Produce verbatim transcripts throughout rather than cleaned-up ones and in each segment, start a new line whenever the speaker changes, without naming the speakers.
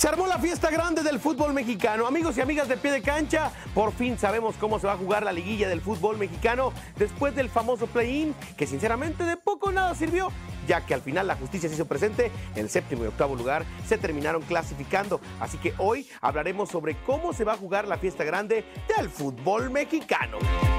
Se armó la fiesta grande del fútbol mexicano. Amigos y amigas de Pie de Cancha, por fin sabemos cómo se va a jugar la liguilla del fútbol mexicano después del famoso play-in, que sinceramente de poco o nada sirvió, ya que al final la justicia se hizo presente, en el séptimo y octavo lugar se terminaron clasificando. Así que hoy hablaremos sobre cómo se va a jugar la fiesta grande del fútbol mexicano.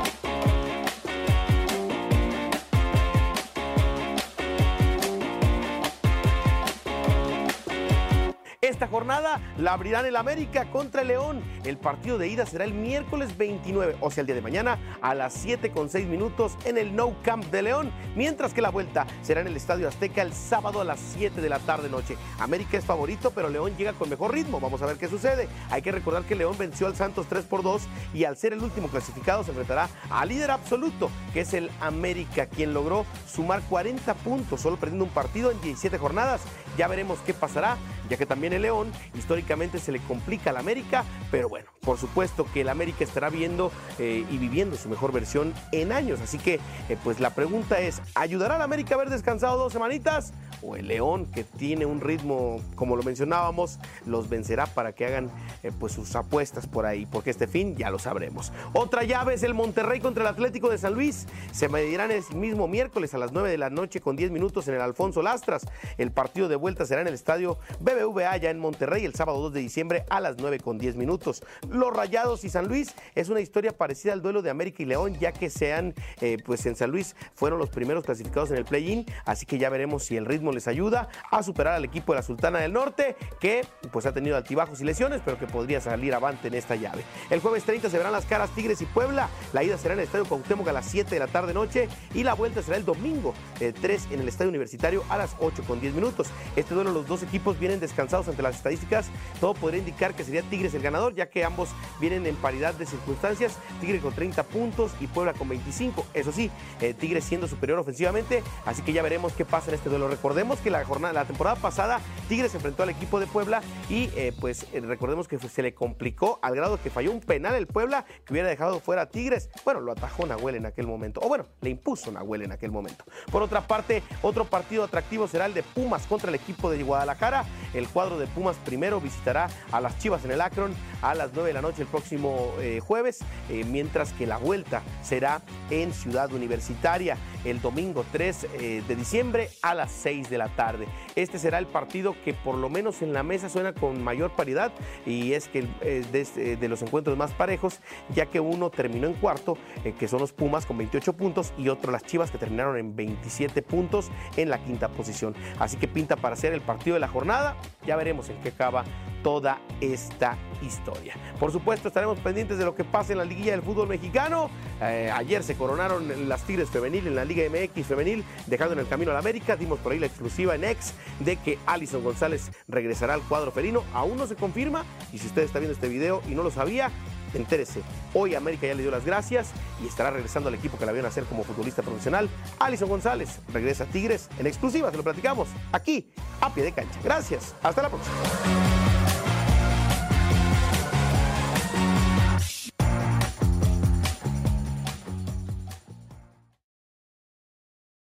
Esta jornada la abrirán el América contra el León. El partido de ida será el miércoles veintinueve, o sea el día de mañana, a las siete con seis minutos en el Nou Camp de León, mientras que la vuelta será en el Estadio Azteca el sábado a las siete de la tarde noche. América es favorito, pero León llega con mejor ritmo. Vamos a ver qué sucede. Hay que recordar que León venció al Santos tres por dos y al ser el último clasificado se enfrentará al líder absoluto, que es el América, quien logró sumar cuarenta puntos, solo perdiendo un partido en diecisiete jornadas. Ya veremos qué pasará, ya que también el León históricamente se le complica al América, pero bueno, por supuesto que el América estará viendo eh, y viviendo su mejor versión en años, así que eh, pues la pregunta es, ¿ayudará al América a haber descansado dos semanitas? ¿O el León, que tiene un ritmo, como lo mencionábamos, los vencerá para que hagan eh, pues sus apuestas por ahí? Porque este fin ya lo sabremos. Otra llave es el Monterrey contra el Atlético de San Luis. Se medirán el mismo miércoles a las nueve de la noche con diez minutos en el Alfonso Lastras. El partido de vuelta será en el estadio B B V A ya en Monterrey el sábado dos de diciembre a las nueve con diez minutos. Los Rayados y San Luis es una historia parecida al duelo de América y León, ya que sean, eh, pues en San Luis fueron los primeros clasificados en el play-in, así que ya veremos si el ritmo les ayuda a superar al equipo de la Sultana del Norte, que pues ha tenido altibajos y lesiones, pero que podría salir avante en esta llave. El jueves treinta se verán las caras Tigres y Puebla. La ida será en el Estadio Cuauhtémoc a las siete de la tarde noche y la vuelta será el domingo eh, tres en el Estadio Universitario a las ocho con diez minutos. Este duelo, los dos equipos vienen descansados ante las estadísticas. Todo podría indicar que sería Tigres el ganador, ya que ambos vienen en paridad de circunstancias. Tigres con treinta puntos y Puebla con veinticinco. Eso sí, eh, Tigres siendo superior ofensivamente, así que ya veremos qué pasa en este duelo. Recordemos que la jornada, la temporada pasada, Tigres se enfrentó al equipo de Puebla y eh, pues eh, recordemos que se le complicó al grado que falló un penal el Puebla que hubiera dejado fuera a Tigres. Bueno, lo atajó Nahuel en aquel momento, o bueno, le impuso Nahuel en aquel momento. Por otra parte, otro partido atractivo será el de Pumas contra el equipo de Guadalajara. El cuadro de Pumas primero visitará a las Chivas en el Akron a las nueve de la noche el próximo eh, jueves, eh, mientras que la vuelta será en Ciudad Universitaria el domingo tres eh, de diciembre a las seis de la tarde. Este será el partido que por lo menos en la mesa suena con mayor paridad, y es que eh, de, de los encuentros más parejos, ya que uno terminó en cuarto, eh, que son los Pumas con veintiocho puntos, y otro las Chivas, que terminaron en veintisiete puntos en la quinta posición. Así que pinta para ser el partido de la jornada. Ya veremos en qué acaba toda esta historia. Por supuesto, estaremos pendientes de lo que pase en la liguilla del fútbol mexicano. Eh, ayer se coronaron las Tigres femenil en la Liga M X femenil, dejando en el camino a la América. Dimos por ahí la exclusiva en X de que Alison González regresará al cuadro felino. Aún no se confirma, y si usted está viendo este video y no lo sabía, entérese. Hoy América ya le dio las gracias y estará regresando al equipo que la vio nacer como futbolista profesional. Alison González regresa a Tigres en exclusiva, se lo platicamos aquí a Pie de Cancha. Gracias, hasta la próxima.